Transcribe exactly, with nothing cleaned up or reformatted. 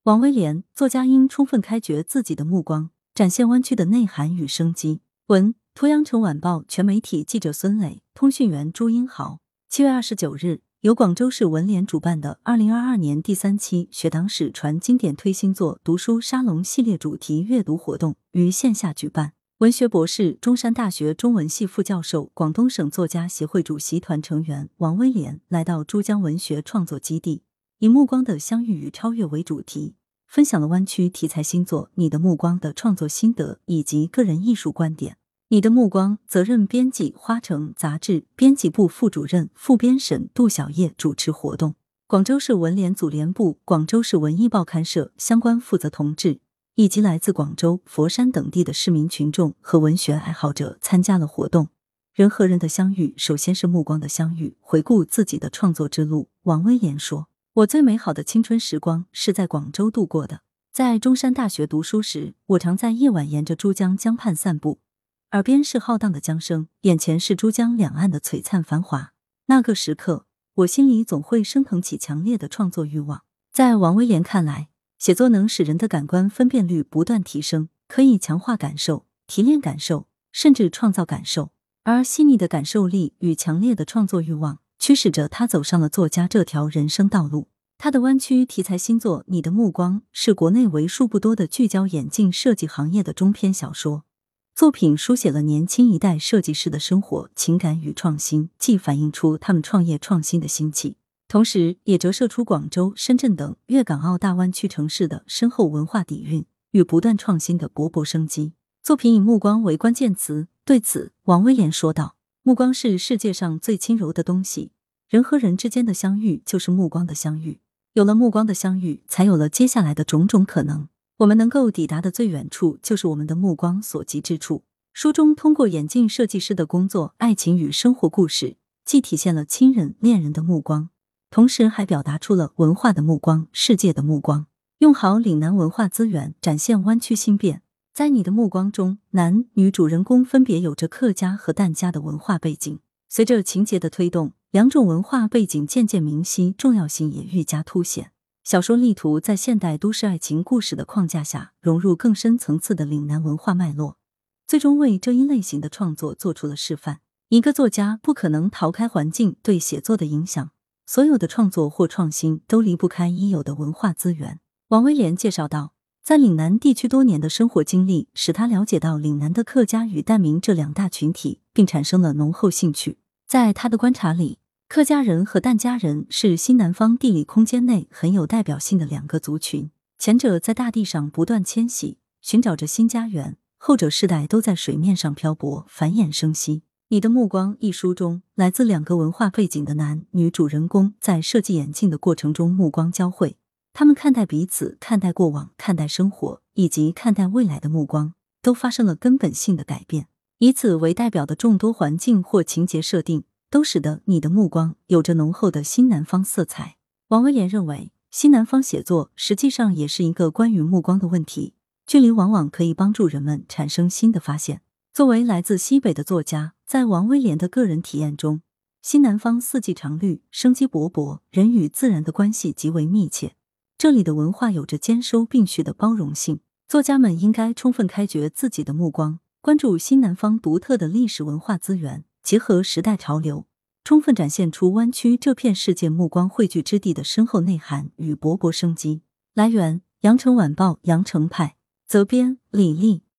王威廉，作家应充分开掘自己的目光，展现湾区的内涵与生机。文：图阳城晚报全媒体记者孙磊，通讯员朱英豪。七月二十九日，由广州市文联主办的二零二二年第三期学党史传经典推新作读书沙龙系列主题阅读活动于线下举办。文学博士、中山大学中文系副教授、广东省作家协会主席团成员王威廉来到珠江文学创作基地，以目光的相遇与超越为主题，分享了湾区题材新作《你的目光》的创作心得以及个人艺术观点。你的目光责任编辑花城杂志编辑部副主任、副编审杜小叶主持活动。广州市文联组联部、广州市文艺报刊社相关负责同志以及来自广州、佛山等地的市民群众和文学爱好者参加了活动。人和人的相遇，首先是目光的相遇。回顾自己的创作之路，王威廉说：我最美好的青春时光是在广州度过的。在中山大学读书时，我常在夜晚沿着珠江江畔散步，耳边是浩荡的江声，眼前是珠江两岸的璀璨繁华。那个时刻，我心里总会升腾起强烈的创作欲望。在王威廉看来，写作能使人的感官分辨率不断提升，可以强化感受、提炼感受，甚至创造感受。而细腻的感受力与强烈的创作欲望驱使着他走上了作家这条人生道路。他的湾区题材新作《你的目光》是国内为数不多的聚焦眼镜设计行业的中篇小说。作品书写了年轻一代设计师的生活、情感与创新，既反映出他们创业创新的兴起，同时也折射出广州、深圳等粤港澳大湾区城市的深厚文化底蕴与不断创新的勃勃生机。作品以目光为关键词，对此，王威廉说道：目光是世界上最轻柔的东西，人和人之间的相遇就是目光的相遇。有了目光的相遇，才有了接下来的种种可能。我们能够抵达的最远处，就是我们的目光所及之处。书中通过眼镜设计师的工作、爱情与生活故事，既体现了亲人、恋人的目光，同时还表达出了文化的目光、世界的目光。用好岭南文化资源，展现湾区新变。在你的目光中，男女主人公分别有着客家和疍家的文化背景。随着情节的推动，两种文化背景渐渐明晰，重要性也愈加凸显。小说力图在现代都市爱情故事的框架下，融入更深层次的岭南文化脉络，最终为这一类型的创作做出了示范。一个作家不可能逃开环境对写作的影响，所有的创作或创新都离不开已有的文化资源。王威廉介绍道，在岭南地区多年的生活经历，使他了解到岭南的客家与疍民这两大群体，并产生了浓厚兴趣。在他的观察里，客家人和疍家人是新南方地理空间内很有代表性的两个族群，前者在大地上不断迁徙，寻找着新家园，后者世代都在水面上漂泊，繁衍生息。你的目光一书中，来自两个文化背景的男女主人公在设计眼镜的过程中目光交汇，他们看待彼此、看待过往、看待生活以及看待未来的目光都发生了根本性的改变。以此为代表的众多环境或情节设定都使得你的目光有着浓厚的新南方色彩。王威廉认为，新南方写作实际上也是一个关于目光的问题，距离往往可以帮助人们产生新的发现。作为来自西北的作家，在王威廉的个人体验中，新南方四季常绿，生机勃勃，人与自然的关系极为密切，这里的文化有着兼收并蓄的包容性。作家们应该充分开掘自己的目光，关注新南方独特的历史文化资源，结合时代潮流，充分展现出湾区这片世界目光汇聚之地的深厚内涵与勃勃生机。来源：羊城晚报羊城派，责编：李丽。